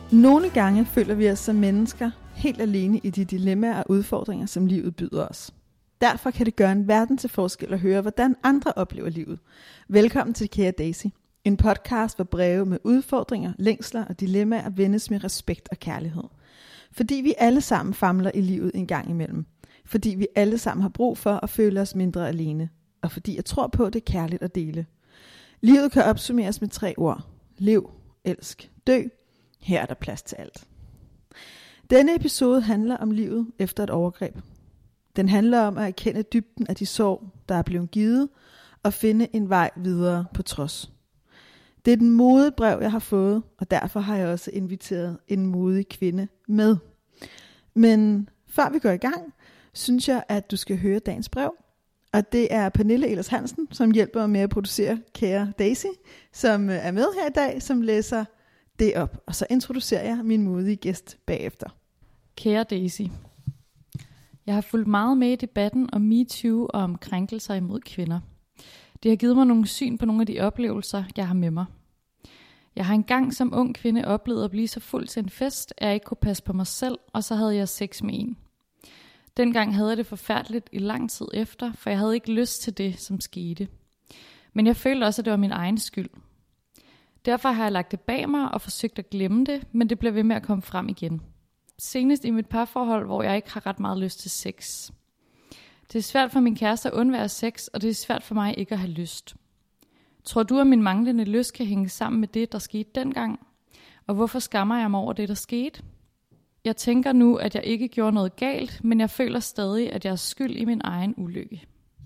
Nogle gange føler vi os som mennesker helt alene i de dilemmaer og udfordringer, som livet byder os. Derfor kan det gøre en verden til forskel at høre, hvordan andre oplever livet. Velkommen til Kære Daisy, en podcast, hvor breve med udfordringer, længsler og dilemmaer vendes med respekt og kærlighed. Fordi vi alle sammen famler i livet en gang imellem. Fordi vi alle sammen har brug for at føle os mindre alene. Og fordi jeg tror på, at det er kærligt at dele. Livet kan opsummeres med 3 ord. Lev, elsk, dø. Her er der plads til alt. Denne episode handler om livet efter et overgreb. Den handler om at erkende dybden af de sorg, der er blevet givet, og finde en vej videre på trods. Det er den modige brev, jeg har fået, og derfor har jeg også inviteret en modig kvinde med. Men før vi går i gang, synes jeg, at du skal høre dagens brev. Og det er Pernille Ehlers Hansen, som hjælper mig med at producere Kære Daisy, som er med her i dag, som læser det op. Og så introducerer jeg min modige gæst bagefter. Kære Daisy. Jeg har fulgt meget med i debatten om MeToo og om krænkelser imod kvinder. Det har givet mig nogle syn på nogle af de oplevelser, jeg har med mig. Jeg har engang som ung kvinde oplevet at blive så fuld til en fest, at jeg ikke kunne passe på mig selv, og så havde jeg sex med en. Dengang havde jeg det forfærdeligt i lang tid efter, for jeg havde ikke lyst til det, som skete. Men jeg følte også, at det var min egen skyld. Derfor har jeg lagt det bag mig og forsøgt at glemme det, men det bliver ved med at komme frem igen. Senest i mit parforhold, hvor jeg ikke har ret meget lyst til sex. Det er svært for min kæreste at undvære sex, og det er svært for mig ikke at have lyst. Tror du, at min manglende lyst kan hænge sammen med det, der skete dengang? Og hvorfor skammer jeg mig over det, der skete? Jeg tænker nu, at jeg ikke gjorde noget galt, men jeg føler stadig, at jeg er skyld i min egen ulykke.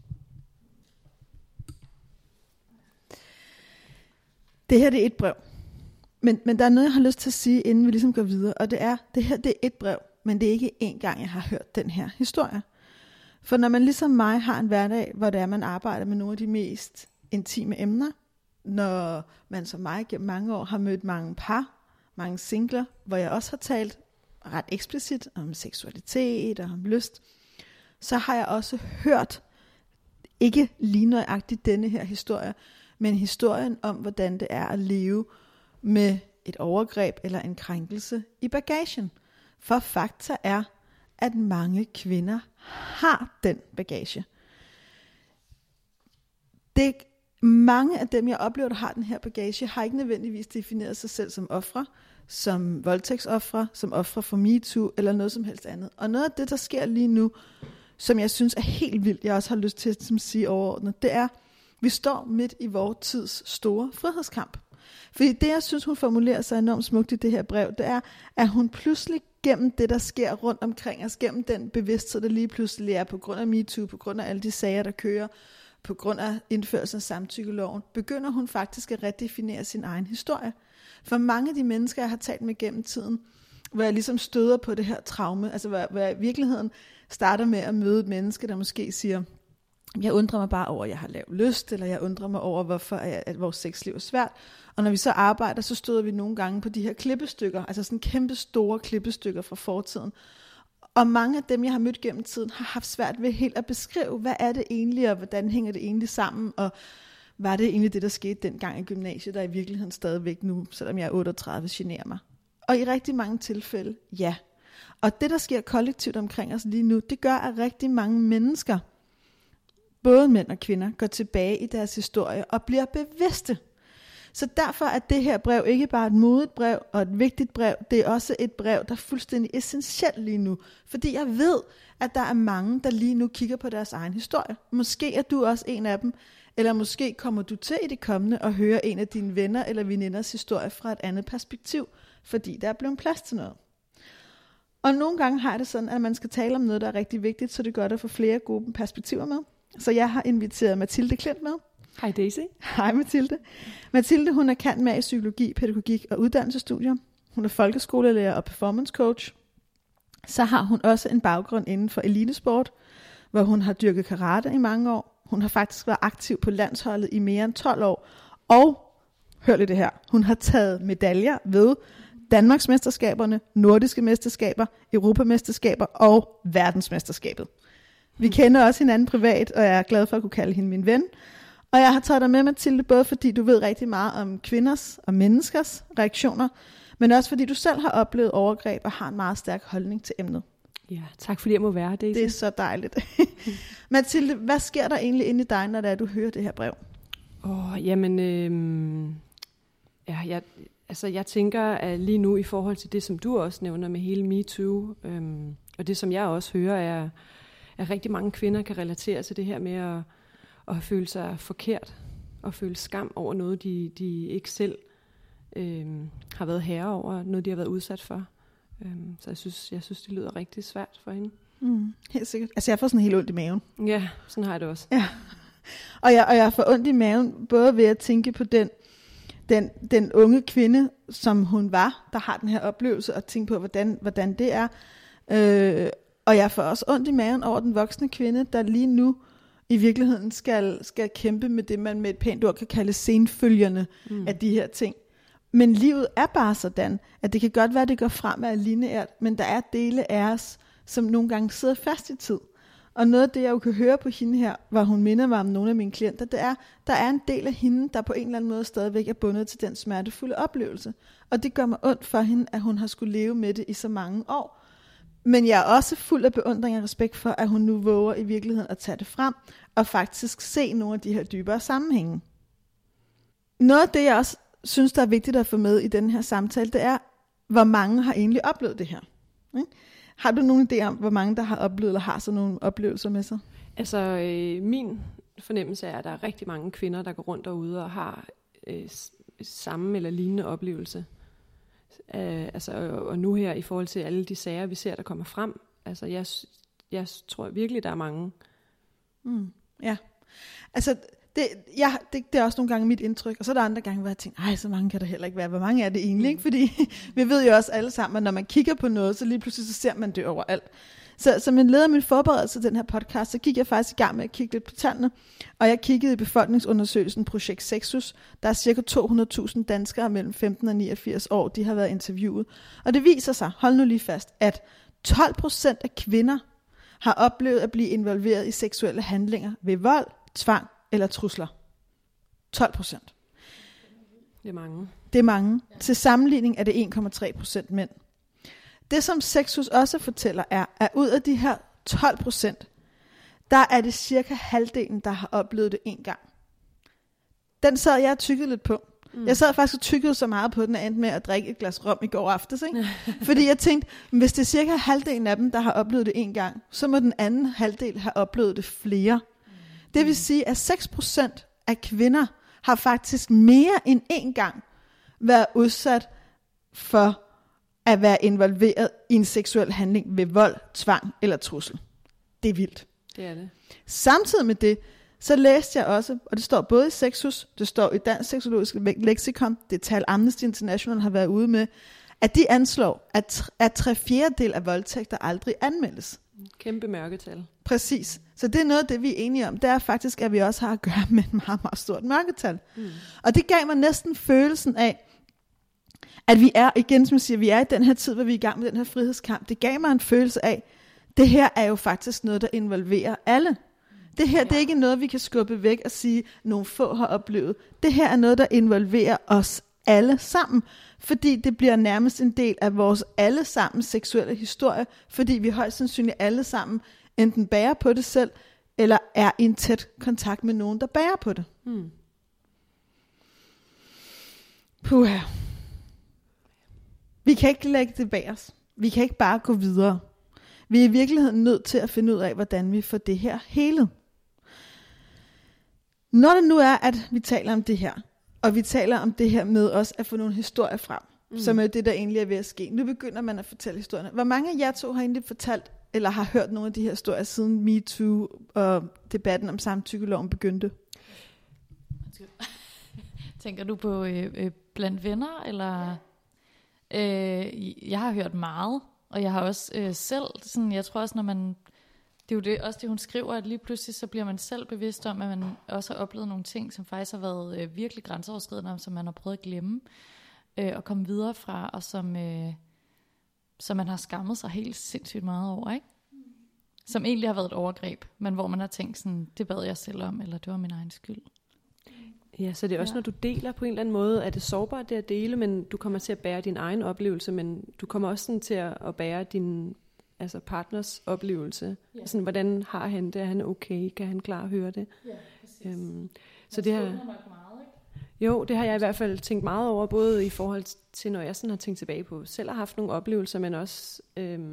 Det her det er et brev. Men der er noget, jeg har lyst til at sige, inden vi ligesom går videre. Og det her det er et brev, men det er ikke én gang, jeg har hørt den her historie. For når man ligesom mig har en hverdag, hvor det er, man arbejder med nogle af de mest intime emner, når man som mig gennem mange år har mødt mange par, mange singler, hvor jeg også har talt ret eksplicit om seksualitet og om lyst, så har jeg også hørt, ikke lige nøjagtigt denne her historie, men historien om, hvordan det er at leve med et overgreb eller en krænkelse i bagagen. For fakta er, at mange kvinder har den bagage. Mange af dem, jeg oplever, der har den her bagage, har ikke nødvendigvis defineret sig selv som ofre, som voldtægtsoffre, som ofre for MeToo eller noget som helst andet. Og noget af det, der sker lige nu, som jeg synes er helt vildt, jeg også har lyst til at sige overordnet, det er, vi står midt i vores tids store frihedskamp. Fordi det, jeg synes, hun formulerer sig enormt smukt i det her brev, det er, at hun pludselig gennem det, der sker rundt omkring os, gennem den bevidsthed, der lige pludselig er på grund af MeToo, på grund af alle de sager, der kører, på grund af indførelsen af samtykkeloven, begynder hun faktisk at redefinere sin egen historie. For mange af de mennesker, jeg har talt med gennem tiden, hvor jeg ligesom støder på det her traume, altså hvor jeg i virkeligheden starter med at møde et menneske, der måske siger, jeg undrer mig bare over, at jeg har lav lyst, eller jeg undrer mig over, hvorfor at vores sexliv er svært. Og når vi så arbejder, så støder vi nogle gange på de her klippestykker, altså sådan kæmpe store klippestykker fra fortiden. Og mange af dem, jeg har mødt gennem tiden, har haft svært ved helt at beskrive, hvad er det egentlig, og hvordan hænger det egentlig sammen, og var det egentlig det, der skete dengang i gymnasiet, der i virkeligheden stadigvæk nu, selvom jeg er 38, generer mig. Og i rigtig mange tilfælde, ja. Og det, der sker kollektivt omkring os lige nu, det gør, at rigtig mange mennesker, både mænd og kvinder, går tilbage i deres historie og bliver bevidste. Så derfor er det her brev ikke bare et modigt brev og et vigtigt brev, det er også et brev, der er fuldstændig essentielt lige nu. Fordi jeg ved, at der er mange, der lige nu kigger på deres egen historie. Måske er du også en af dem, eller måske kommer du til i det kommende og høre en af dine venner eller veninders historie fra et andet perspektiv, fordi der er blevet plads til noget. Og nogle gange har jeg det sådan, at man skal tale om noget, der er rigtig vigtigt, så det gør, at få flere gode perspektiver med. Så jeg har inviteret Mathilde Klint med. Hej Daisy. Hej Mathilde. Mathilde, hun er cand. Mag i psykologi, pædagogik og uddannelsesstudier. Hun er folkeskolelærer og performance coach. Så har hun også en baggrund inden for elitesport, hvor hun har dyrket karate i mange år. Hun har faktisk været aktiv på landsholdet i mere end 12 år. Og, hør lige det her, hun har taget medaljer ved Danmarksmesterskaberne, nordiske mesterskaber, europamesterskaber og verdensmesterskabet. Vi kender også hinanden privat, og jeg er glad for at kunne kalde hende min ven. Og jeg har taget dig med, Mathilde, både fordi du ved rigtig meget om kvinders og menneskers reaktioner, men også fordi du selv har oplevet overgreb og har en meget stærk holdning til emnet. Ja, tak fordi jeg må være det. Det er så dejligt. Mathilde, hvad sker der egentlig inde i dig, når det er, du hører det her brev? Jeg tænker at lige nu i forhold til det, som du også nævner med hele MeToo, og det, som jeg også hører, er, at rigtig mange kvinder kan relatere til det her med at føle sig forkert og føle skam over noget, de ikke selv har været herre over, noget, de har været udsat for. Så jeg synes, det lyder rigtig svært for hende. Helt sikkert. Altså, jeg får sådan helt ondt i maven. Ja, sådan har jeg det også. Ja. Og jeg får ondt i maven, både ved at tænke på den unge kvinde, som hun var, der har den her oplevelse, og tænke på, hvordan det er. Og jeg får også ondt i maven over den voksne kvinde, der lige nu i virkeligheden skal kæmpe med det, man med et pænt ord kan kalde senfølgerne af de her ting. Men livet er bare sådan, at det kan godt være, at det går fremad lineært, men der er dele af os, som nogle gange sidder fast i tid. Og noget af det, jeg jo kan høre på hende her, hvor hun minder mig om nogle af mine klienter, det er, der er en del af hende, der på en eller anden måde stadigvæk er bundet til den smertefulde oplevelse. Og det gør mig ondt for hende, at hun har skulle leve med det i så mange år. Men jeg er også fuld af beundring og respekt for, at hun nu våger i virkeligheden at tage det frem, og faktisk se nogle af de her dybere sammenhænge. Noget af det, jeg også synes, der er vigtigt at få med i den her samtale, det er, hvor mange har egentlig oplevet det her. Har du nogen idé om, hvor mange der har oplevet, eller har sådan nogle oplevelser med sig? Altså, min fornemmelse er, at der er rigtig mange kvinder, der går rundt derude og har samme eller lignende oplevelse. Og nu her i forhold til alle de sager, vi ser, der kommer frem, altså jeg tror virkelig, der er mange. Ja, altså det er også nogle gange mit indtryk, og så er der andre gange, hvor jeg tænker, så mange kan der heller ikke være. Hvor mange er det egentlig? Ikke? Fordi vi ved jo også alle sammen, at når man kigger på noget, så lige pludselig så ser man det overalt. Så som en leder af min forberedelse til den her podcast, så gik jeg faktisk i gang med at kigge lidt på tallene, og jeg kiggede i befolkningsundersøgelsen Projekt Sexus. Der er cirka 200.000 danskere mellem 15 og 89 år, de har været interviewet. Og det viser sig, hold nu lige fast, at 12% af kvinder har oplevet at blive involveret i seksuelle handlinger ved vold, tvang eller trusler. 12%. Det er mange. Det er mange. Ja. Til sammenligning er det 1,3% mænd. Det som Sexus også fortæller er, at ud af de her 12%, der er det cirka halvdelen, der har oplevet det en gang. Den sad jeg og tykkede lidt på. Jeg sad faktisk og tykkede så meget på den, at endte med at drikke et glas rom i går aftes. Ikke? Fordi jeg tænkte, hvis det er cirka halvdelen af dem, der har oplevet det en gang, så må den anden halvdel have oplevet det flere. Det vil sige, at 6% af kvinder har faktisk mere end én gang været udsat for at være involveret i en seksuel handling ved vold, tvang eller trussel. Det er vildt. Det er det. Samtidig med det, så læste jeg også, og det står både i Sexus, det står i Dansk Sexologisk Leksikon, det tal Amnesty International har været ude med, at de anslår, at 3/4 af voldtægter aldrig anmeldes. Kæmpe mørketal. Præcis. Så det er noget af det, vi er enige om. Det er faktisk, at vi også har at gøre med et meget, meget stort mørketal. Og det gav mig næsten følelsen af, at vi er, igen som jeg siger, vi er i den her tid, hvor vi er i gang med den her frihedskamp. Det gav mig en følelse af, det her er jo faktisk noget, der involverer alle. Det her, det er ikke noget, vi kan skubbe væk og sige, nogle få har oplevet. Det her er noget, der involverer os alle sammen, fordi det bliver nærmest en del af vores allesammens seksuelle historie, fordi vi højst sandsynligt alle sammen enten bærer på det selv, eller er i en tæt kontakt med nogen, der bærer på det. Puha. Vi kan ikke lægge det bag os. Vi kan ikke bare gå videre. Vi er i virkeligheden nødt til at finde ud af, hvordan vi får det her helet. Når det nu er, at vi taler om det her, og vi taler om det her med også at få nogle historier frem, som er det, der egentlig er ved at ske. Nu begynder man at fortælle historierne. Hvor mange af jer to har egentlig fortalt, eller har hørt nogle af de her historier, siden MeToo og debatten om samtykkeloven begyndte? Tænker du på blandt venner, eller? Jeg har hørt meget, og jeg har også selv, sådan, jeg tror også, når man, det er jo det, også det, hun skriver, at lige pludselig, så bliver man selv bevidst om, at man også har oplevet nogle ting, som faktisk har været virkelig grænseoverskridende, som man har prøvet at glemme, og komme videre fra, og som man har skammet sig helt sindssygt meget over, ikke? Som egentlig har været et overgreb, men hvor man har tænkt sådan, det bad jeg selv om, eller det var min egen skyld. Ja, så det er også, når du deler på en eller anden måde, er det sårbart det at dele, men du kommer til at bære din egen oplevelse, men du kommer også sådan til at bære din partners oplevelse. Ja. Sådan, hvordan har han det? Er han okay? Kan han klare at høre det? Ja, så det her... Jo, det har jeg i hvert fald tænkt meget over, både i forhold til, når jeg sådan har tænkt tilbage på, selv har haft nogle oplevelser, men også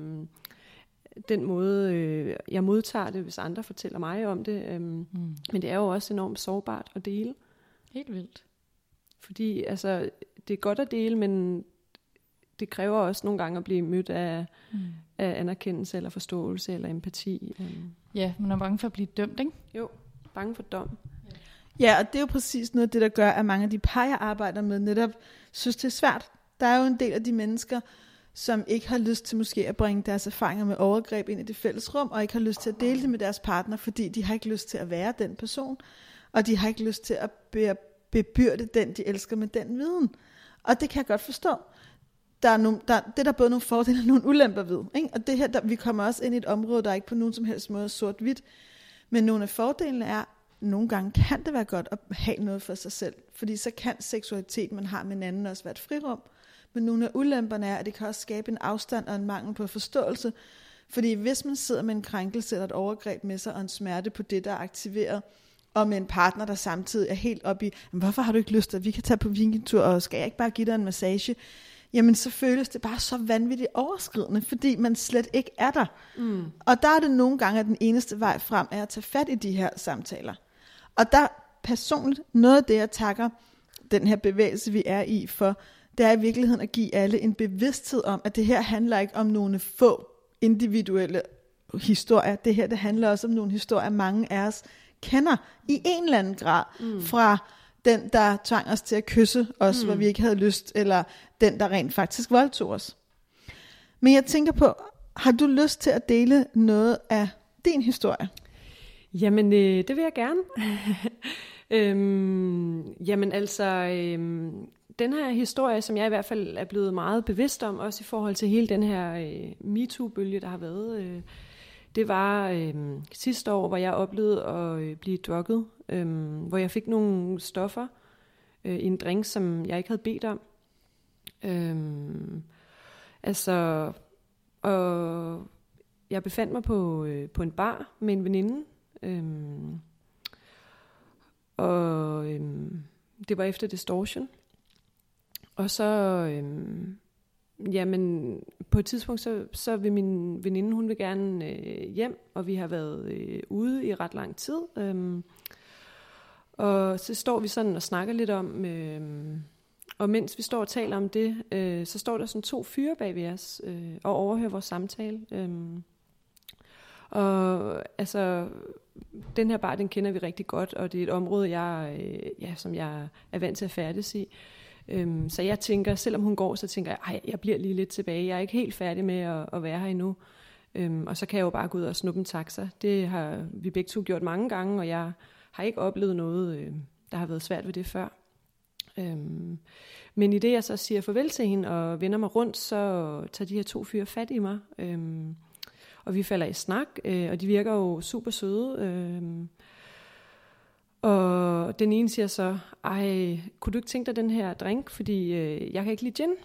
den måde, jeg modtager det, hvis andre fortæller mig om det. Men det er jo også enormt sårbart at dele. Helt vildt. Fordi altså, det er godt at dele, men det kræver også nogle gange at blive mødt af anerkendelse, eller forståelse, eller empati. Ja, man er bange for at blive dømt, ikke? Jo, bange for dom. Ja, og det er jo præcis noget af det, der gør, at mange af de par, jeg arbejder med, netop synes, det er svært. Der er jo en del af de mennesker, som ikke har lyst til måske at bringe deres erfaringer med overgreb ind i det fælles rum, og ikke har lyst til at dele det med deres partner, fordi de har ikke lyst til at være den person, og de har ikke lyst til at bebyrde den, de elsker med den viden. Og det kan jeg godt forstå. Det er der både nogle fordele og nogle ulemper ved. Ikke? Og det her, vi kommer også ind i et område, der ikke på nogen som helst måde er sort-hvidt. Men nogle af fordelene er, nogle gange kan det være godt at have noget for sig selv. Fordi så kan seksualitet, man har med en anden, også være et frirum. Men nogle af ulemperne er, at det kan også skabe en afstand og en mangel på forståelse. Fordi hvis man sidder med en krænkelse eller et overgreb med sig, og en smerte på det, der er aktiveret, og med en partner, der samtidig er helt oppe i, hvorfor har du ikke lyst til, at vi kan tage på weekendtur, og skal jeg ikke bare give dig en massage? Jamen så føles det bare så vanvittigt overskridende, fordi man slet ikke er der. Og der er det nogle gange, at den eneste vej frem er at tage fat i de her samtaler. Og der personligt, noget af det, jeg takker den her bevægelse, vi er i for, det er i virkeligheden at give alle en bevidsthed om, at det her handler ikke om nogle få individuelle historier. Det her, det handler også om nogle historier, mange af os kender i en eller anden grad fra den, der tvang os til at kysse os, hvor vi ikke havde lyst, eller den, der rent faktisk voldtog os. Men jeg tænker på, har du lyst til at dele noget af din historie? Jamen, det vil jeg gerne. Den her historie, som jeg i hvert fald er blevet meget bevidst om, også i forhold til hele den her MeToo-bølge, der har været, det var sidste år, hvor jeg oplevede at blive drugget, hvor jeg fik nogle stoffer i en drink, som jeg ikke havde bedt om. Og jeg befandt mig på en bar med en veninde, det var efter Distortion. Og så, på et tidspunkt, så vil min veninde, hun vil gerne hjem, og vi har været ude i ret lang tid. Og så står vi sådan og snakker lidt om, og mens vi står og taler om det, så står der sådan 2 fyre bag ved os og overhører vores samtale. Og altså, den her bar, den kender vi rigtig godt, og det er et område, som jeg er vant til at færdes i. Så jeg tænker, selvom hun går, så tænker jeg, jeg bliver lige lidt tilbage. Jeg er ikke helt færdig med at være her endnu. Og så kan jeg jo bare gå ud og snuppe en taxa. Det har vi begge to gjort mange gange, og jeg har ikke oplevet noget, der har været svært ved det før. Men i det, jeg så siger farvel til hende og vender mig rundt, så tager de her 2 fyre fat i mig. Og vi falder i snak, og de virker jo super søde. Og den ene siger så, kunne du ikke tænke dig den her drink, fordi jeg kan ikke lide gin.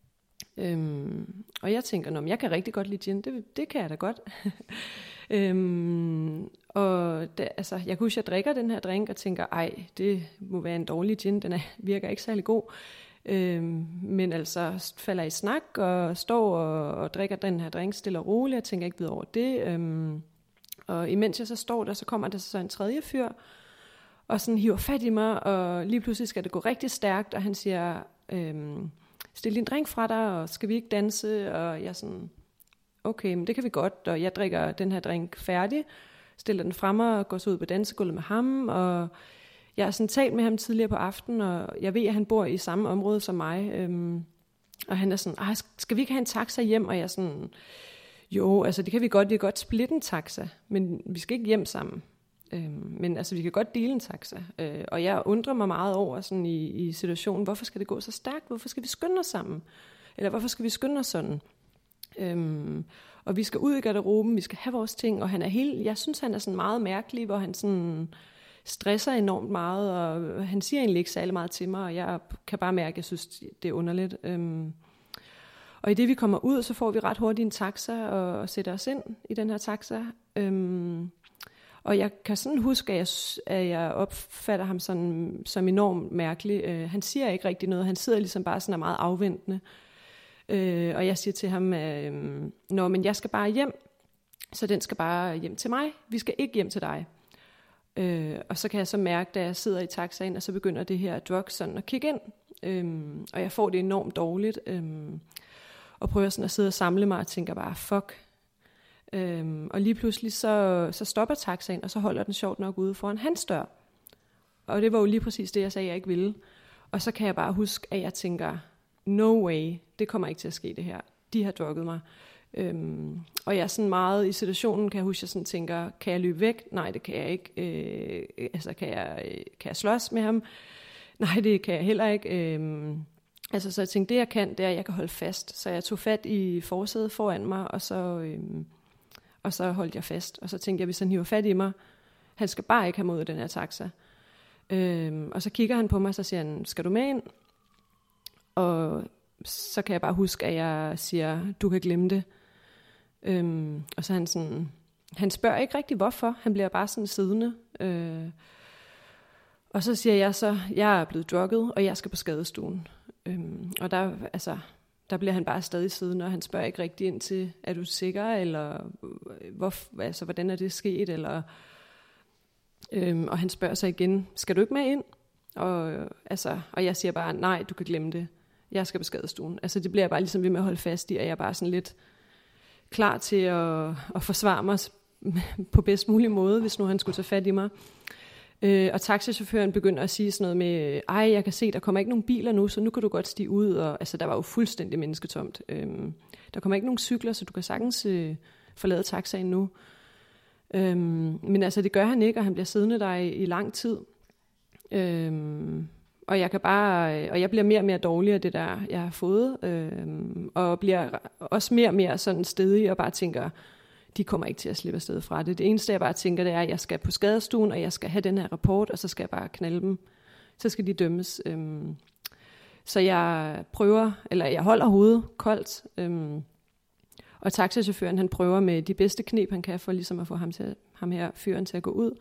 Og jeg tænker, jeg kan rigtig godt lide gin, det kan jeg da godt. Jeg kunne huske, at jeg drikker den her drink og tænker, det må være en dårlig gin, den virker ikke særlig god. Men altså falder i snak og står og drikker den her drink stille og roligt, jeg tænker ikke videre over det. Og imens jeg så står der, så kommer der så en tredje fyr, og sådan hiver fat i mig, og lige pludselig skal det gå rigtig stærkt, og han siger, stil din drink fra dig, og skal vi ikke danse? Og jeg sådan, okay, men det kan vi godt, og jeg drikker den her drink færdig, stiller den frem og går så ud på dansegulvet med ham, og jeg har sådan talt med ham tidligere på aftenen, og jeg ved, at han bor i samme område som mig, og han er sådan, skal vi ikke have en taxa hjem? Og jeg er sådan, jo, altså det kan vi godt, godt splitte en taxa, men vi skal ikke hjem sammen. Men altså vi kan godt dele en taxa, og jeg undrer mig meget over sådan i situationen, hvorfor skal det gå så stærkt, hvorfor skal vi skynde os sammen, eller hvorfor skal vi skynde os sådan, og vi skal ud i garderoben, vi skal have vores ting, og jeg synes han er sådan meget mærkelig, hvor han sådan stresser enormt meget, og han siger egentlig ikke særlig meget til mig, og jeg kan bare mærke, at jeg synes, det er underligt. Og i det vi kommer ud, så får vi ret hurtigt en taxa, og sætter os ind i den her taxa. Og jeg kan sådan huske, at jeg opfatter ham sådan, som enormt mærkelig. Han siger ikke rigtig noget, han sidder ligesom bare sådan og meget afventende. Og jeg siger til ham, men jeg skal bare hjem, så den skal bare hjem til mig. Vi skal ikke hjem til dig. Og så kan jeg så mærke, da jeg sidder i taxaen, og så begynder det her drug sådan at kigge ind. Og jeg får det enormt dårligt. Og prøver sådan at sidde og samle mig og tænker bare, fuck. Og lige pludselig så stopper taxaen, og så holder den sjovt nok ude foran hans dør. Og det var jo lige præcis det, jeg sagde, jeg ikke ville. Og så kan jeg bare huske, at jeg tænker, no way, det kommer ikke til at ske det her. De har drukket mig. Og jeg er sådan meget i situationen, kan jeg huske, jeg sådan tænker, kan jeg løbe væk? Nej, det kan jeg ikke. Kan jeg slås med ham? Nej, det kan jeg heller ikke. Så jeg tænkte, det jeg kan, det er, at jeg kan holde fast. Så jeg tog fat i forsædet foran mig, og så holdt jeg fast. Og så tænkte jeg, hvis han hiver fat i mig, han skal bare ikke have mod den her taxa. Og så kigger han på mig, og så siger han, skal du med ind? Og så kan jeg bare huske, at jeg siger, du kan glemme det. Og så han sådan, han spørger ikke rigtig hvorfor, han bliver bare sådan siddende. Og så siger jeg så, jeg er blevet drugget, og jeg skal på skadestuen. Og der bliver han bare stadig siddende, og han spørger ikke rigtig ind til, er du sikker, eller hvordan er det sket, eller og han spørger sig igen, skal du ikke med ind? Og jeg siger bare, nej, du kan glemme det. Jeg skal på skadestuen. Altså det bliver jeg bare ligesom ved med at holde fast i, at jeg er bare sådan lidt klar til at forsvare mig på bedst mulig måde, hvis nu han skulle tage fat i mig. Og taxichaufføren begynder at sige sådan noget med, jeg kan se, der kommer ikke nogen biler nu, så nu kan du godt stige ud. Og der var jo fuldstændig mennesketomt. Der kommer ikke nogen cykler, så du kan sagtens forlade taxaen nu. Men det gør han ikke, og han bliver siddende der i lang tid. Og jeg bliver mere og mere dårlig af det der, jeg har fået. Og bliver også mere og mere sådan stedig og bare tænker, de kommer ikke til at slippe afsted fra det. Det eneste, jeg bare tænker, det er, at jeg skal på skadestuen, og jeg skal have den her rapport, og så skal jeg bare knalde dem. Så skal de dømmes. Så jeg holder hovedet koldt. Og taxichaufføren, han prøver med de bedste knep, han kan, for ligesom at få ham her fyren til at gå ud.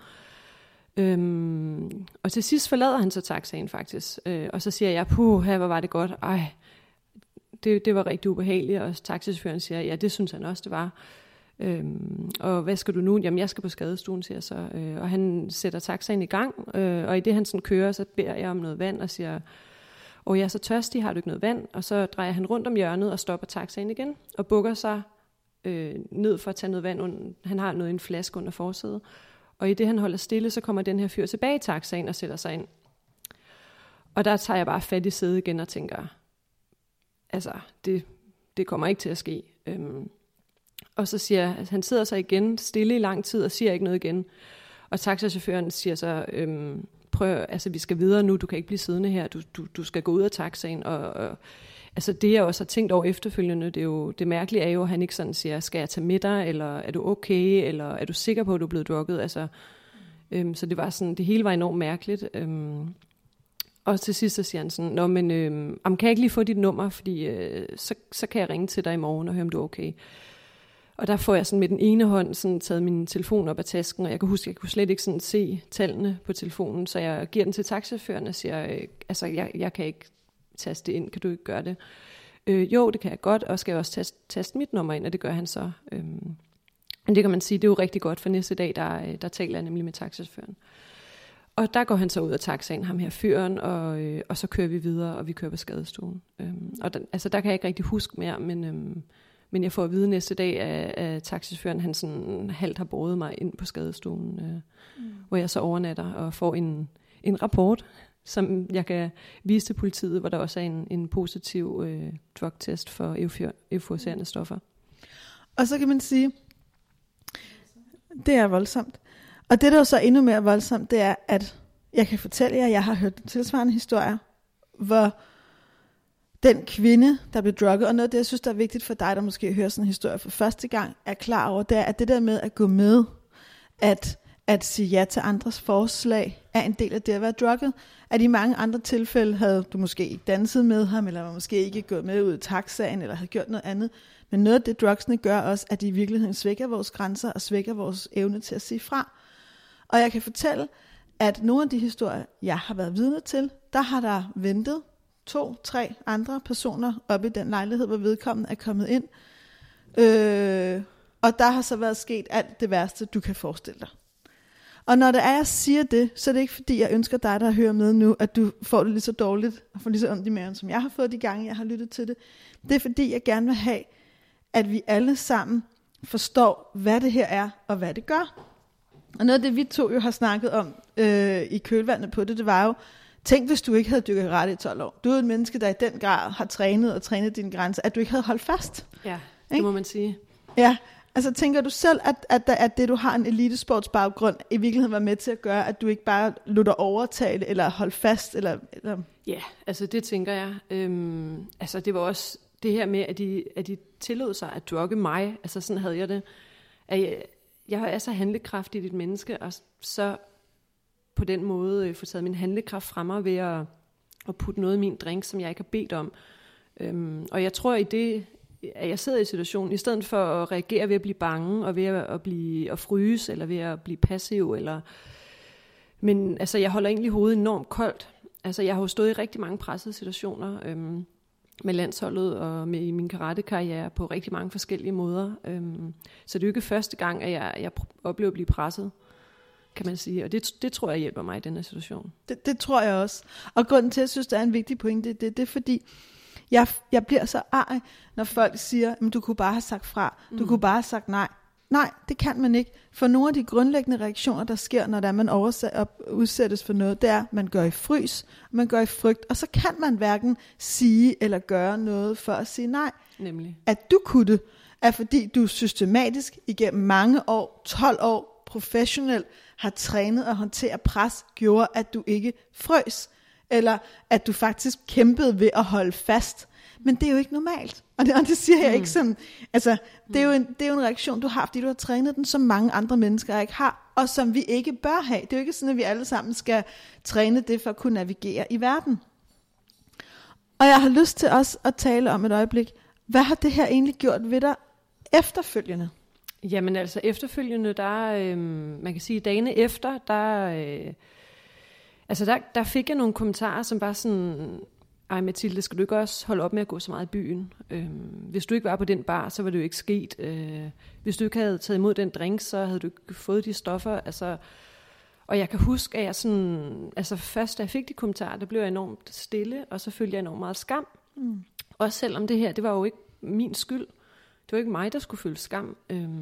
Og til sidst forlader han så taxaen faktisk. Og så siger jeg, her hvor var det godt. Det var rigtig ubehageligt. Og taxichaufføren siger, ja, det synes han også, det var. Og hvad skal du nu? Jamen jeg skal på skadestuen, siger jeg så. Og han sætter taxaen i gang, og i det han sådan kører, så beder jeg om noget vand og siger, jeg er så tørstig, har du ikke noget vand? Og så drejer han rundt om hjørnet og stopper taxaen igen og bukker sig ned for at tage noget vand. Han har noget i en flaske under forsædet. Og i det han holder stille, så kommer den her fyr tilbage i taxaen og sætter sig ind. Og der tager jeg bare fat i sædet igen og tænker, det kommer ikke til at ske. Og så siger han sidder sig igen stille i lang tid og siger ikke noget igen. Og taxachaufføren siger så, vi skal videre nu, du kan ikke blive siddende her, du skal gå ud af taxaen. Og det jeg også har tænkt over efterfølgende, det mærkelige er jo, at han ikke sådan siger, skal jeg tage med dig, eller er du okay, eller er du sikker på, at du er blevet drukket? Så det var sådan, det hele var enormt mærkeligt. Og til sidst så siger han sådan, kan jeg ikke lige få dit nummer, fordi så kan jeg ringe til dig i morgen og høre, om du er okay. Og der får jeg sådan med den ene hånd sådan taget min telefon op af tasken, og jeg kan huske, at jeg kunne slet ikke sådan se tallene på telefonen, så jeg giver den til taxichaufføren og siger, jeg kan ikke taste det ind, kan du ikke gøre det? Jo, det kan jeg godt, og skal jeg også taste mit nummer ind, og det gør han så. Men det kan man sige, det er jo rigtig godt, for næste dag, der taler jeg nemlig med taxichaufføren. Og der går han så ud af taxaen, ham her fyren, og så kører vi videre, og vi kører på skadestuen. Der kan jeg ikke rigtig huske mere, men jeg får at vide næste dag af taxichaufføren, han sådan halvt har båret mig ind på skadestuen, hvor jeg så overnatter og får en rapport, som jeg kan vise til politiet, hvor der også er en positiv drugtest for euforiserende stoffer. Og så kan man sige, det er voldsomt. Og det, der er så endnu mere voldsomt, det er, at jeg kan fortælle jer, at jeg har hørt tilsvarende historier, hvor den kvinde, der blev drugget, og noget af det, jeg synes, der er vigtigt for dig, der måske hører sådan en historie for første gang, er klar over, det er, at det der med at gå med, at at sige ja til andres forslag er en del af det at være drugget. At i mange andre tilfælde havde du måske ikke danset med ham, eller måske ikke gået med ud i taxaen, eller havde gjort noget andet. Men noget af det, drugsene gør også, at de i virkeligheden svækker vores grænser, og svækker vores evne til at sige fra. Og jeg kan fortælle, at nogle af de historier, jeg har været vidne til, der har der ventet 2-3 andre personer oppe i den lejlighed, hvor vedkommende er kommet ind. Og der har så været sket alt det værste, du kan forestille dig. Og når det er, jeg siger det, så er det ikke fordi, jeg ønsker dig, der hører med nu, at du får det lige så dårligt, og får lige så ondt i maven, som jeg har fået de gange, jeg har lyttet til det. Det er fordi, jeg gerne vil have, at vi alle sammen forstår, hvad det her er, og hvad det gør. Og noget af det, vi to jo har snakket om i kølvandet på det, det var jo, tænk hvis du ikke havde dykket karate i 12 år. Du er et menneske, der i den grad har trænet dine grænser, at du ikke havde holdt fast. Ja, det må man sige. Ja, altså tænker du selv, at det du har en elitesportsbaggrund i virkeligheden var med til at gøre, at du ikke bare lod dig overtale eller holde fast? Eller? Ja, altså det tænker jeg. Altså det var også det her med, at de tillod sig at drugge mig. Altså sådan havde jeg det. Jeg er så handlekraftig et menneske, og så på den måde få taget min handlekraft fra mig ved at putte noget i min drink, som jeg ikke har bedt om. Og jeg tror i det, at jeg sidder i situationen, i stedet for at reagere ved at blive bange, og ved at fryse, eller ved at blive passiv, men altså jeg holder egentlig hovedet enormt koldt. Altså jeg har jo stået i rigtig mange pressede situationer, med landsholdet og i min karatekarriere på rigtig mange forskellige måder. Så det er jo ikke første gang, at jeg oplever at blive presset, kan man sige. Og det tror jeg hjælper mig i den her situation. Det tror jeg også. Og grunden til, at jeg synes, det er en vigtig pointe, det er fordi, jeg bliver så arg, når folk siger, at du kunne bare have sagt fra. Du kunne bare have sagt nej. Nej, det kan man ikke. For nogle af de grundlæggende reaktioner, der sker, når man udsættes for noget, det er, at man går i frys, man går i frygt, og så kan man hverken sige eller gøre noget for at sige nej. Nemlig. At du kunne det, er fordi du systematisk igennem mange år, 12 år, professionelt, har trænet at håndtere pres, gjorde, at du ikke frøs, eller at du faktisk kæmpede ved at holde fast. Men det er jo ikke normalt. Og det siger jeg ikke sådan. Altså, det er jo en reaktion, du har, fordi du har trænet den, som mange andre mennesker ikke har, og som vi ikke bør have. Det er jo ikke sådan, at vi alle sammen skal træne det for at kunne navigere i verden. Og jeg har lyst til også at tale om et øjeblik, hvad har det her egentlig gjort ved dig efterfølgende? Jamen altså efterfølgende, man kan sige dagene efter, der fik jeg nogle kommentarer, som var sådan, ej Mathilde, skal du ikke også holde op med at gå så meget i byen? Hvis du ikke var på den bar, så var det jo ikke sket. Hvis du ikke havde taget imod den drink, så havde du ikke fået de stoffer. Altså, og jeg kan huske, at jeg sådan, altså først da jeg fik de kommentarer, der blev jeg enormt stille, og så følte jeg enormt meget skam. Også selvom det her, det var jo ikke min skyld. Det var ikke mig, der skulle føle skam.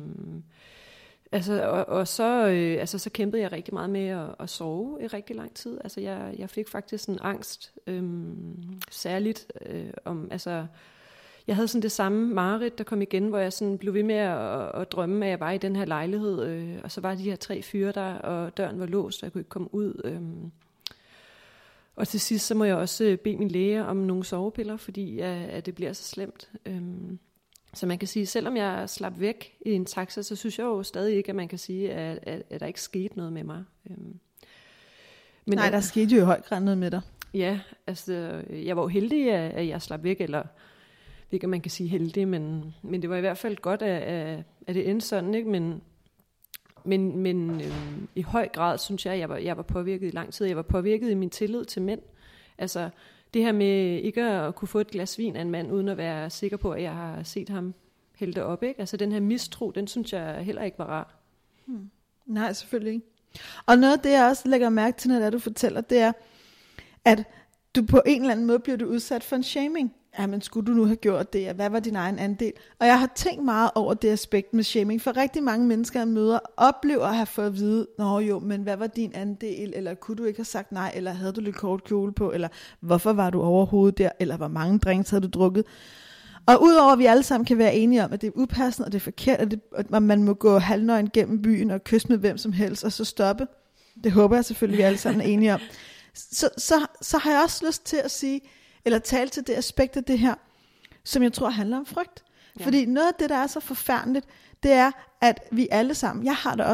Så kæmpede jeg rigtig meget med at sove i rigtig lang tid. Altså jeg fik faktisk en angst, særligt jeg havde sådan det samme mareridt, der kom igen, hvor jeg sådan blev ved med at drømme, at jeg var i den her lejlighed, og så var de her 3 fyre der, og døren var låst, og jeg kunne ikke komme ud. Og til sidst, så må jeg også bede min læge om nogle sovepiller, fordi at det bliver så slemt. Så man kan sige, selvom jeg slap væk i en taxa, så synes jeg jo stadig ikke, at man kan sige, at der ikke skete noget med mig. Men nej, der skete jo i høj grad noget med dig. Ja, altså jeg var jo heldig, at jeg slap væk, eller ikke, man kan sige heldig, men det var i hvert fald godt, at det endte sådan, ikke? Men i høj grad synes jeg var påvirket i lang tid. Jeg var påvirket i min tillid til mænd. Altså det her med ikke at kunne få et glas vin af en mand, uden at være sikker på, at jeg har set ham hælde det op, ikke? Altså den her mistro, den synes jeg heller ikke var rar. Nej, selvfølgelig ikke. Og noget af det, jeg også lægger mærke til, når du fortæller, det er, at du på en eller anden måde bliver du udsat for en shaming. Jamen, skulle du nu have gjort det? Hvad var din egen andel? Og jeg har tænkt meget over det aspekt med shaming, for rigtig mange mennesker, jeg møder, oplever at have fået at vide, nå jo, men hvad var din andel? Eller kunne du ikke have sagt nej? Eller havde du lidt kort kjole på? Eller hvorfor var du overhovedet der? Eller hvor mange drinks havde du drukket? Og udover at vi alle sammen kan være enige om, at det er upassende, og det er forkert, at man må gå halvnøgen gennem byen og kysse med hvem som helst, og så stoppe. Det håber jeg selvfølgelig, vi alle sammen er enige om. Så har jeg også lyst til at sige, eller tale til det aspekt af det her, som jeg tror handler om frygt. Ja. Fordi noget af det, der er så forfærdeligt, det er, at vi alle sammen, jeg har det også,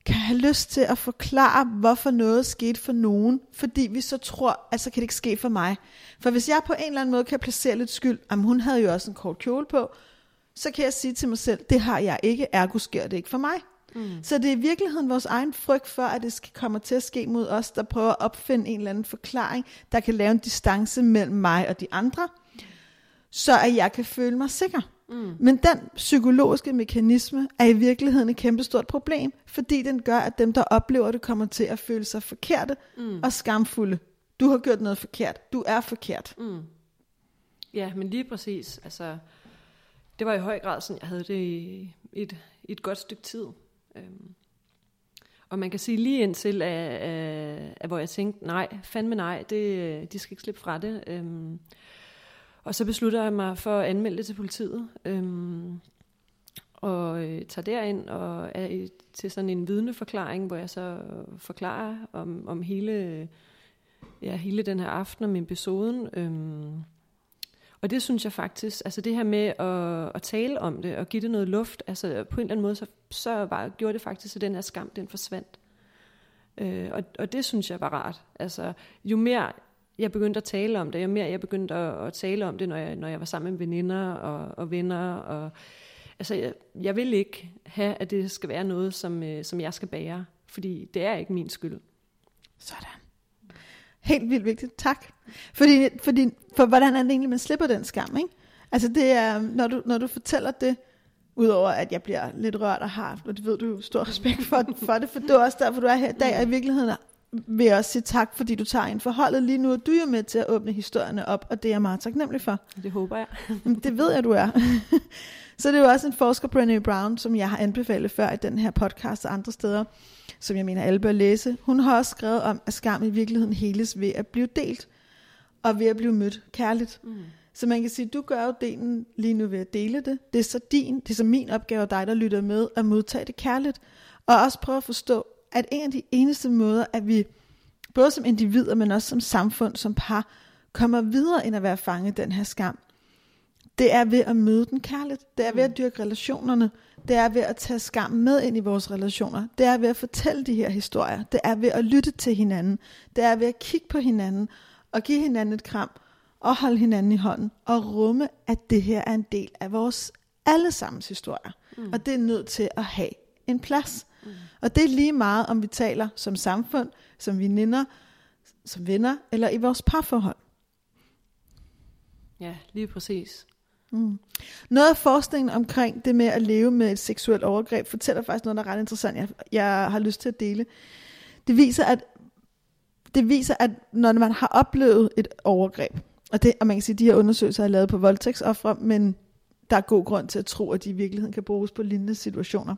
kan have lyst til at forklare, hvorfor noget skete for nogen, fordi vi så tror, at så kan det ikke ske for mig. For hvis jeg på en eller anden måde kan placere lidt skyld, hun havde jo også en kort kjole på, så kan jeg sige til mig selv, det har jeg ikke, ergo sker det ikke for mig. Så det er i virkeligheden vores egen frygt for, at det kommer til at ske mod os, der prøver at opfinde en eller anden forklaring, der kan lave en distance mellem mig og de andre, så at jeg kan føle mig sikker. Men den psykologiske mekanisme er i virkeligheden et kæmpestort problem, fordi den gør, at dem, der oplever det, kommer til at føle sig forkerte og skamfulde. Du har gjort noget forkert. Du er forkert. Ja, men lige præcis. Altså, det var i høj grad sådan, jeg havde det i et godt stykke tid. Og man kan sige lige indtil, hvor jeg tænkte, nej, fandme nej, de skal ikke slippe fra det. Og så beslutter jeg mig for at anmelde det til politiet. Og tager derind og er til sådan en vidneforklaring, hvor jeg så forklarer om hele den her aften, om episoden. Og det synes jeg faktisk, altså det her med at tale om det og give det noget luft, altså på en eller anden måde, så gjorde det faktisk, at den her skam, den forsvandt. Og det synes jeg var rart. Altså jo mere jeg begyndte at tale om det, jo mere jeg begyndte at tale om det, når jeg var sammen med veninder og venner. Og, altså jeg vil ikke have, at det skal være noget, som jeg skal bære, fordi det er ikke min skyld. Sådan. Helt vildt vigtigt, tak. For hvordan er det egentlig, man slipper den skam, ikke? Altså det er, når du fortæller det, udover at jeg bliver lidt rørt og har, og det ved du, stor respekt for det, for det er også derfor, du er her i dag, og i virkeligheden vil jeg også sige tak, fordi du tager en forholdet lige nu, og du er jo med til at åbne historierne op, og det er jeg meget taknemmelig for. Det håber jeg. Det ved jeg, du er. Så det er jo også en forsker, Brené Brown, som jeg har anbefalet før i den her podcast og andre steder, som jeg mener alle bør læse. Hun har også skrevet om, at skam i virkeligheden heles ved at blive delt, og ved at blive mødt kærligt. Så man kan sige, du gør jo delen lige nu ved at dele det. Det er så min opgave, dig der lytter med, at modtage det kærligt, og også prøve at forstå, at en af de eneste måder, at vi både som individer, men også som samfund, som par, kommer videre end at være fanget i den her skam, det er ved at møde den kærligt. Det er ved at dyrke relationerne. Det er ved at tage skam med ind i vores relationer. Det er ved at fortælle de her historier. Det er ved at lytte til hinanden. Det er ved at kigge på hinanden og give hinanden et kram og holde hinanden i hånden og rumme, at det her er en del af vores allesammens historier. Og det er nødt til at have en plads. Og det er lige meget, om vi taler som samfund, som veninder, som venner eller i vores parforhold. Ja, lige præcis. Noget af forskningen omkring det med at leve med et seksuelt overgreb fortæller faktisk noget, der er ret interessant, jeg har lyst til at dele. Det viser, at når man har oplevet et overgreb, og man kan sige, at de her undersøgelser er lavet på voldtægtsofre, men der er god grund til at tro, at de i virkeligheden kan bruges på lignende situationer.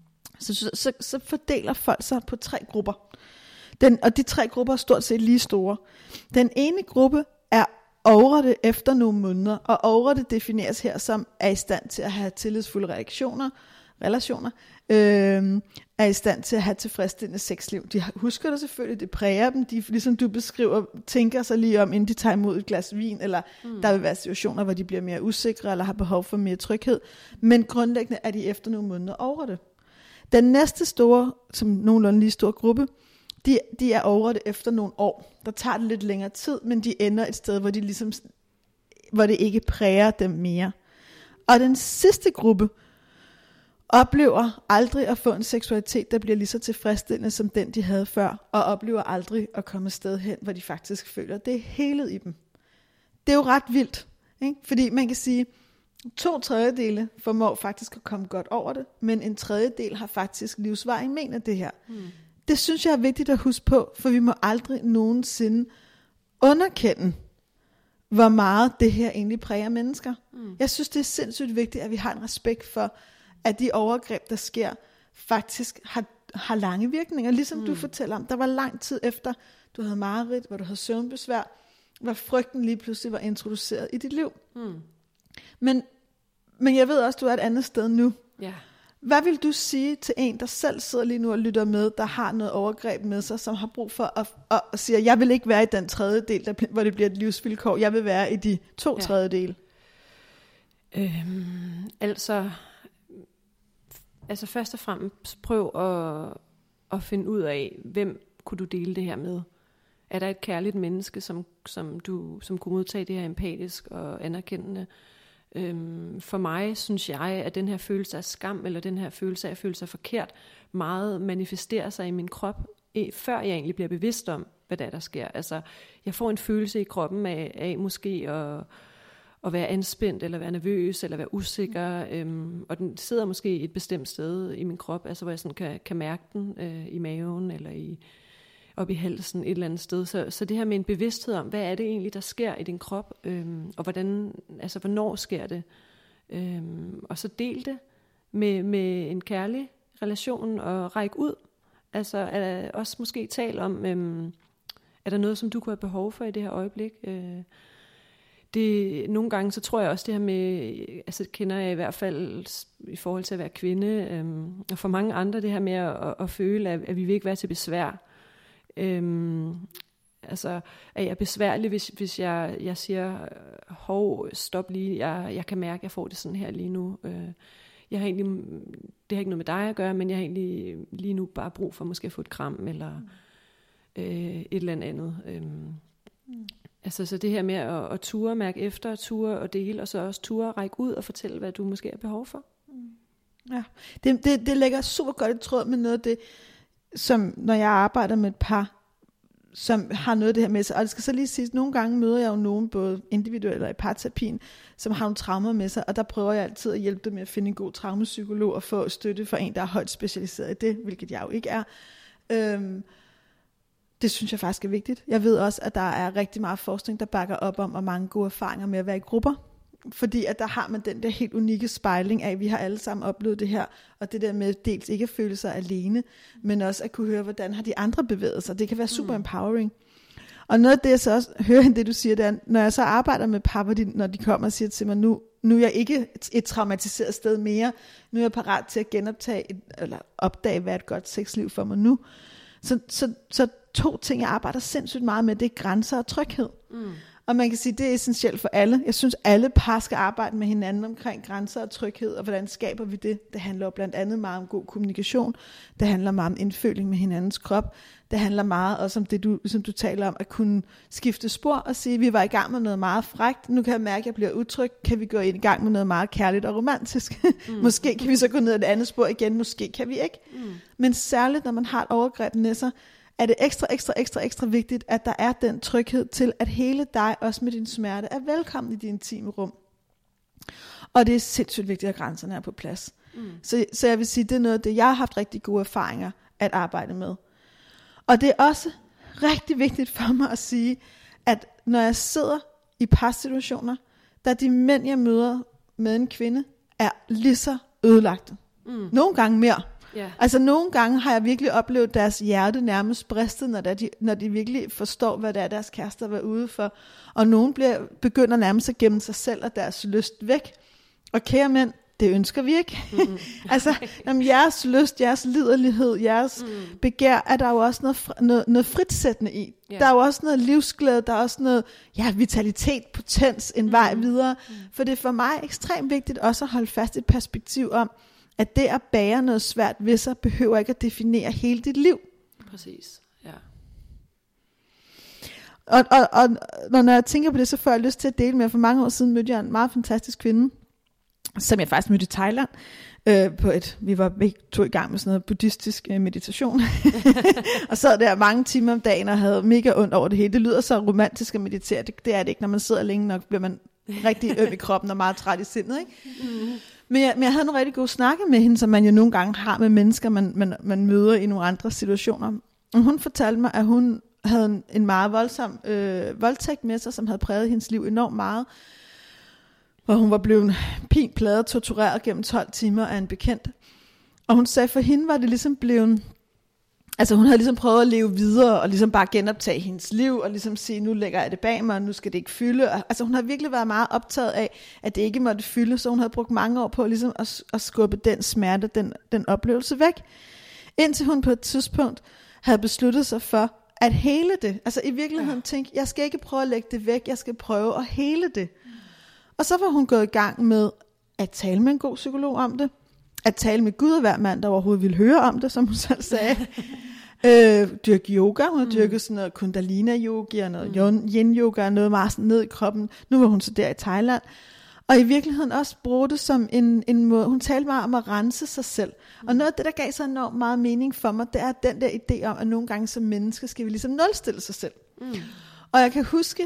Så fordeler folk sig på 3 grupper. Og de 3 grupper er stort set lige store. Den ene gruppe er overrette efter nogle måneder, og overrette defineres her som er i stand til at have tillidsfulde relationer, er i stand til at have tilfredsstillende sexliv. De husker det selvfølgelig, det præger dem, de, ligesom du beskriver, tænker sig lige om, inden de tager imod et glas vin, eller der vil være situationer, hvor de bliver mere usikre, eller har behov for mere tryghed, men grundlæggende er de efter nogle måneder overrette. Den næste store, som nogenlunde lige store gruppe, de er overrette efter nogle år. Der tager det lidt længere tid, men de ender et sted, hvor det ikke præger dem mere. Og den sidste gruppe oplever aldrig at få en seksualitet, der bliver lige så tilfredsstillende som den, de havde før, og oplever aldrig at komme et sted hen, hvor de faktisk føler, at det er helet i dem. Det er jo ret vildt, ikke? Fordi man kan sige, 2/3 formår faktisk at komme godt over det, men 1/3 har faktisk livsvarig men af det her. Det synes jeg er vigtigt at huske på, for vi må aldrig nogensinde underkende, hvor meget det her egentlig præger mennesker. Jeg synes, det er sindssygt vigtigt, at vi har en respekt for, at de overgreb, der sker, faktisk har lange virkninger. Ligesom du fortæller om, der var lang tid efter, du havde mareridt, hvor du havde søvnbesvær, hvor frygten lige pludselig var introduceret i dit liv. Men jeg ved også, du er et andet sted nu. Ja. Hvad vil du sige til en, der selv sidder lige nu og lytter med, der har noget overgreb med sig, som har brug for at sige, jeg vil ikke være i den 1/3, hvor det bliver et livsvilkår. Jeg vil være i de 2/3. Altså først og fremmest prøv at finde ud af, hvem kunne du dele det her med? Er der et kærligt menneske, som kunne modtage det her empatisk og anerkendende? For mig, synes jeg, at den her følelse af skam, eller den her følelse af at føle sig forkert, meget manifesterer sig i min krop, før jeg egentlig bliver bevidst om, hvad der sker. Altså, jeg får en følelse i kroppen af måske at være anspændt, eller være nervøs, eller være usikker, og den sidder måske et bestemt sted i min krop, altså hvor jeg sådan kan mærke den i maven, eller op i halsen et eller andet sted. Så det her med en bevidsthed om, hvad er det egentlig, der sker i din krop, og hvornår sker det, og så del det med en kærlig relation, og række ud. Altså også måske tale om, er der noget, som du kunne have behov for i det her øjeblik? Nogle gange, så tror jeg også det her med, altså kender jeg i hvert fald i forhold til at være kvinde, og for mange andre det her med at føle, at vi vil ikke være til besvær. Altså, er jeg besværlig, hvis jeg siger, stop lige, jeg kan mærke, at jeg får det sådan her lige nu. Det har ikke noget med dig at gøre, men jeg har egentlig lige nu bare brug for måske at få et kram, eller et eller andet. Altså, så det her med at ture mærke efter, ture og dele, og så også ture række ud og fortælle, hvad du måske har behov for. Ja, det lægger super godt i tråd med noget af det, som når jeg arbejder med et par, som har noget af det her med sig. Og det skal så lige siges, nogle gange møder jeg jo nogen, både individuelt eller i parterapien, som har nogle traumer med sig, og der prøver jeg altid at hjælpe dem med at finde en god traumapsykolog og få støtte fra en, der er højt specialiseret i det, hvilket jeg jo ikke er. Det synes jeg faktisk er vigtigt. Jeg ved også, at der er rigtig meget forskning, der bakker op om, og mange gode erfaringer med at være i grupper. Fordi at der har man den der helt unikke spejling af, at vi har alle sammen oplevet det her, og det der med dels ikke at føle sig alene, men også at kunne høre, hvordan har de andre bevæget sig. Det kan være super empowering. Og noget af det, jeg så også hører end det, du siger, det er, når jeg så arbejder med par, når de kommer og siger til mig, nu er jeg ikke et traumatiseret sted mere, nu er jeg parat til at genoptage, eller opdage, hvad er et godt sexliv for mig nu. Så 2 ting, jeg arbejder sindssygt meget med, det er grænser og tryghed. Og man kan sige, det er essentielt for alle. Jeg synes, alle par skal arbejde med hinanden omkring grænser og tryghed, og hvordan skaber vi det? Det handler jo blandt andet meget om god kommunikation. Det handler meget om indføling med hinandens krop. Det handler meget også om det, som du taler om, at kunne skifte spor og sige, at vi var i gang med noget meget frækt. Nu kan jeg mærke, at jeg bliver utryg. Kan vi gå i gang med noget meget kærligt og romantisk? Måske kan vi så gå ned ad et andet spor igen. Måske kan vi ikke. Men særligt, når man har et overgreb med sig, er det ekstra vigtigt, at der er den tryghed til, at hele dig, også med din smerte, er velkommen i dit intime rum. Og det er sindssygt vigtigt, at grænserne er på plads. Så jeg vil sige, det er noget af det, jeg har haft rigtig gode erfaringer at arbejde med. Og det er også rigtig vigtigt for mig at sige, at når jeg sidder i parsituationer, der de mænd, jeg møder med en kvinde, er lige så ødelagte. Nogle gange mere. Yeah. Altså nogle gange har jeg virkelig oplevet deres hjerte nærmest bristet, når de virkelig forstår, hvad det er, deres kærester var ude for. Og nogen begynder nærmest at gemme sig selv og deres lyst væk. Og kære mænd, det ønsker vi ikke. Altså, jeres lyst, jeres liderlighed, jeres begær, er der jo også noget fritsættende i. Yeah. Der er jo også noget livsglæde, der er også noget vitalitet, potens, en vej videre. For det er for mig ekstremt vigtigt også at holde fast i et perspektiv om, at det at bære noget svært ved sig, behøver ikke at definere hele dit liv. Præcis, ja. Og når jeg tænker på det, så får jeg lyst til at dele med. For mange år siden mødte jeg en meget fantastisk kvinde, som jeg faktisk mødte i Thailand. Vi var begge to i gang med sådan noget buddhistisk meditation. Og sad der mange timer om dagen og havde mega ondt over det hele. Det lyder så romantisk at meditere. Det er det ikke. Når man sidder længe nok, bliver man rigtig øm i kroppen og meget træt i sindet, ikke? Men jeg havde nogle rigtig gode snakke med hende, som man jo nogle gange har med mennesker, man møder i nogle andre situationer. Og hun fortalte mig, at hun havde en meget voldsom voldtægt med sig, som havde præget hendes liv enormt meget. Hvor hun var blevet plaget, tortureret gennem 12 timer af en bekendt. Og hun sagde, for hende var det ligesom blevet... Altså hun havde ligesom prøvet at leve videre, og ligesom bare genoptage hendes liv, og ligesom sige, nu lægger jeg det bag mig, og nu skal det ikke fylde. Altså hun har virkelig været meget optaget af, at det ikke måtte fylde, så hun havde brugt mange år på ligesom at skubbe den smerte, den oplevelse væk. Indtil hun på et tidspunkt havde besluttet sig for at hele det. Altså i virkeligheden tænkte, jeg skal ikke prøve at lægge det væk, jeg skal prøve at hele det. Og så var hun gået i gang med at tale med en god psykolog om det, at tale med Gud og hver mand, der overhovedet ville høre om det, som hun selv sagde. Dyrke yoga, hun har dyrket sådan noget kundalina-yoga og noget yin-yoga og noget meget ned i kroppen. Nu var hun så der i Thailand. Og i virkeligheden også bruge det som en måde, hun talte meget om at rense sig selv. Og noget af det, der gav så enormt meget mening for mig, det er den der idé om, at nogle gange som mennesker skal vi ligesom nulstille sig selv. Og jeg kan huske,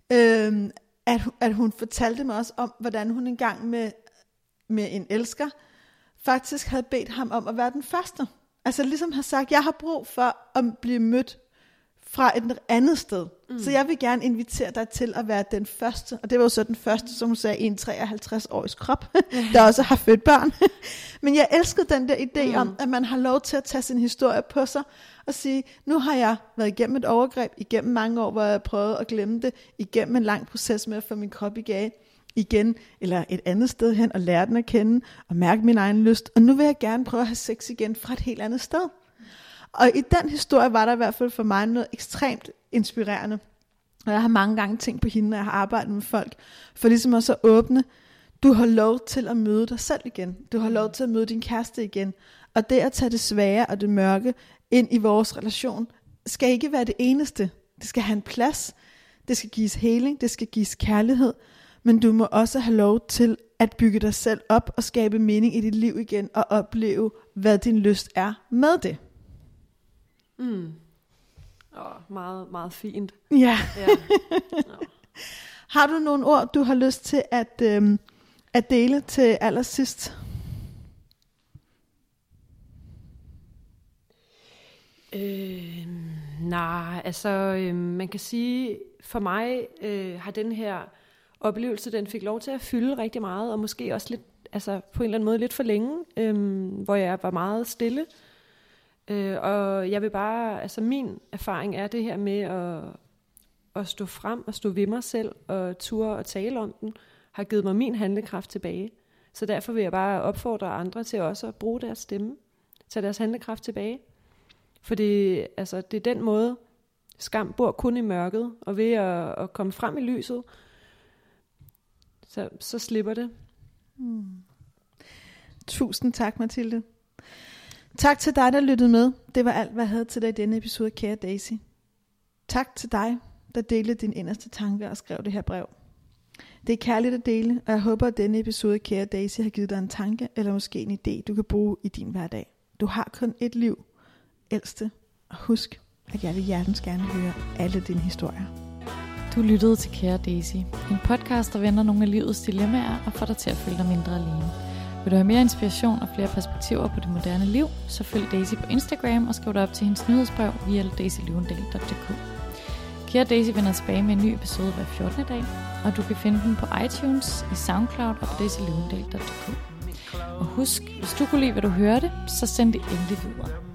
at hun fortalte mig også om, hvordan hun engang med en elsker, faktisk havde bedt ham om at være den første. Altså ligesom har sagt, jeg har brug for at blive mødt fra et andet sted. Så jeg vil gerne invitere dig til at være den første. Og det var jo så den første, som hun sagde, i en 53-årig krop, der også har født børn. Men jeg elskede den der idé om, at man har lov til at tage sin historie på sig, og sige, nu har jeg været igennem et overgreb, igennem mange år, hvor jeg prøvede at glemme det, igennem en lang proces med at få min krop igen, eller et andet sted hen, og lære den at kende, og mærke min egen lyst. Og nu vil jeg gerne prøve at have sex igen fra et helt andet sted. Og i den historie var der i hvert fald for mig noget ekstremt inspirerende. Og jeg har mange gange tænkt på hende, når jeg har arbejdet med folk, for ligesom også at åbne, du har lov til at møde dig selv igen. Du har lov til at møde din kæreste igen. Og det at tage det svære og det mørke ind i vores relation, skal ikke være det eneste. Det skal have en plads. Det skal gives heling. Det skal gives kærlighed. Men du må også have lov til at bygge dig selv op og skabe mening i dit liv igen og opleve, hvad din lyst er med det. Meget, meget fint. Ja. Har du nogle ord, du har lyst til at dele til allersidst? Nej, altså man kan sige, for mig har den her oplevelse, den fik lov til at fylde rigtig meget, og måske også lidt, altså på en eller anden måde lidt for længe, hvor jeg var meget stille. Og jeg vil bare, altså min erfaring er det her med at stå frem og stå ved mig selv og ture og tale om den, har givet mig min handlekraft tilbage. Så derfor vil jeg bare opfordre andre til også at bruge deres stemme, tage deres handlekraft tilbage. For det er den måde, skam bor kun i mørket, og ved at komme frem i lyset, så slipper det. Tusind tak, Mathilde. Tak til dig, der lyttede med. Det var alt, hvad jeg havde til dig i denne episode, kære Daisy. Tak til dig, der delte dine inderste tanker og skrev det her brev. Det er kærligt at dele, og jeg håber, at denne episode, kære Daisy, har givet dig en tanke, eller måske en idé, du kan bruge i din hverdag. Du har kun et liv, ældste, og husk, at jeg vil hjertens gerne høre alle dine historier. Du lyttede til Kære Daisy, en podcast, der vender nogle af livets dilemmaer og får dig til at føle dig mindre alene. Vil du have mere inspiration og flere perspektiver på det moderne liv, så følg Daisy på Instagram og skriv dig op til hendes nyhedsbrev via daisylyvendal.dk. Kære Daisy vender tilbage med en ny episode hver 14. dag, og du kan finde den på iTunes, i SoundCloud og på daisylyvendal.dk. Og husk, hvis du kunne lide, hvad du hørte, så send det endelig videre.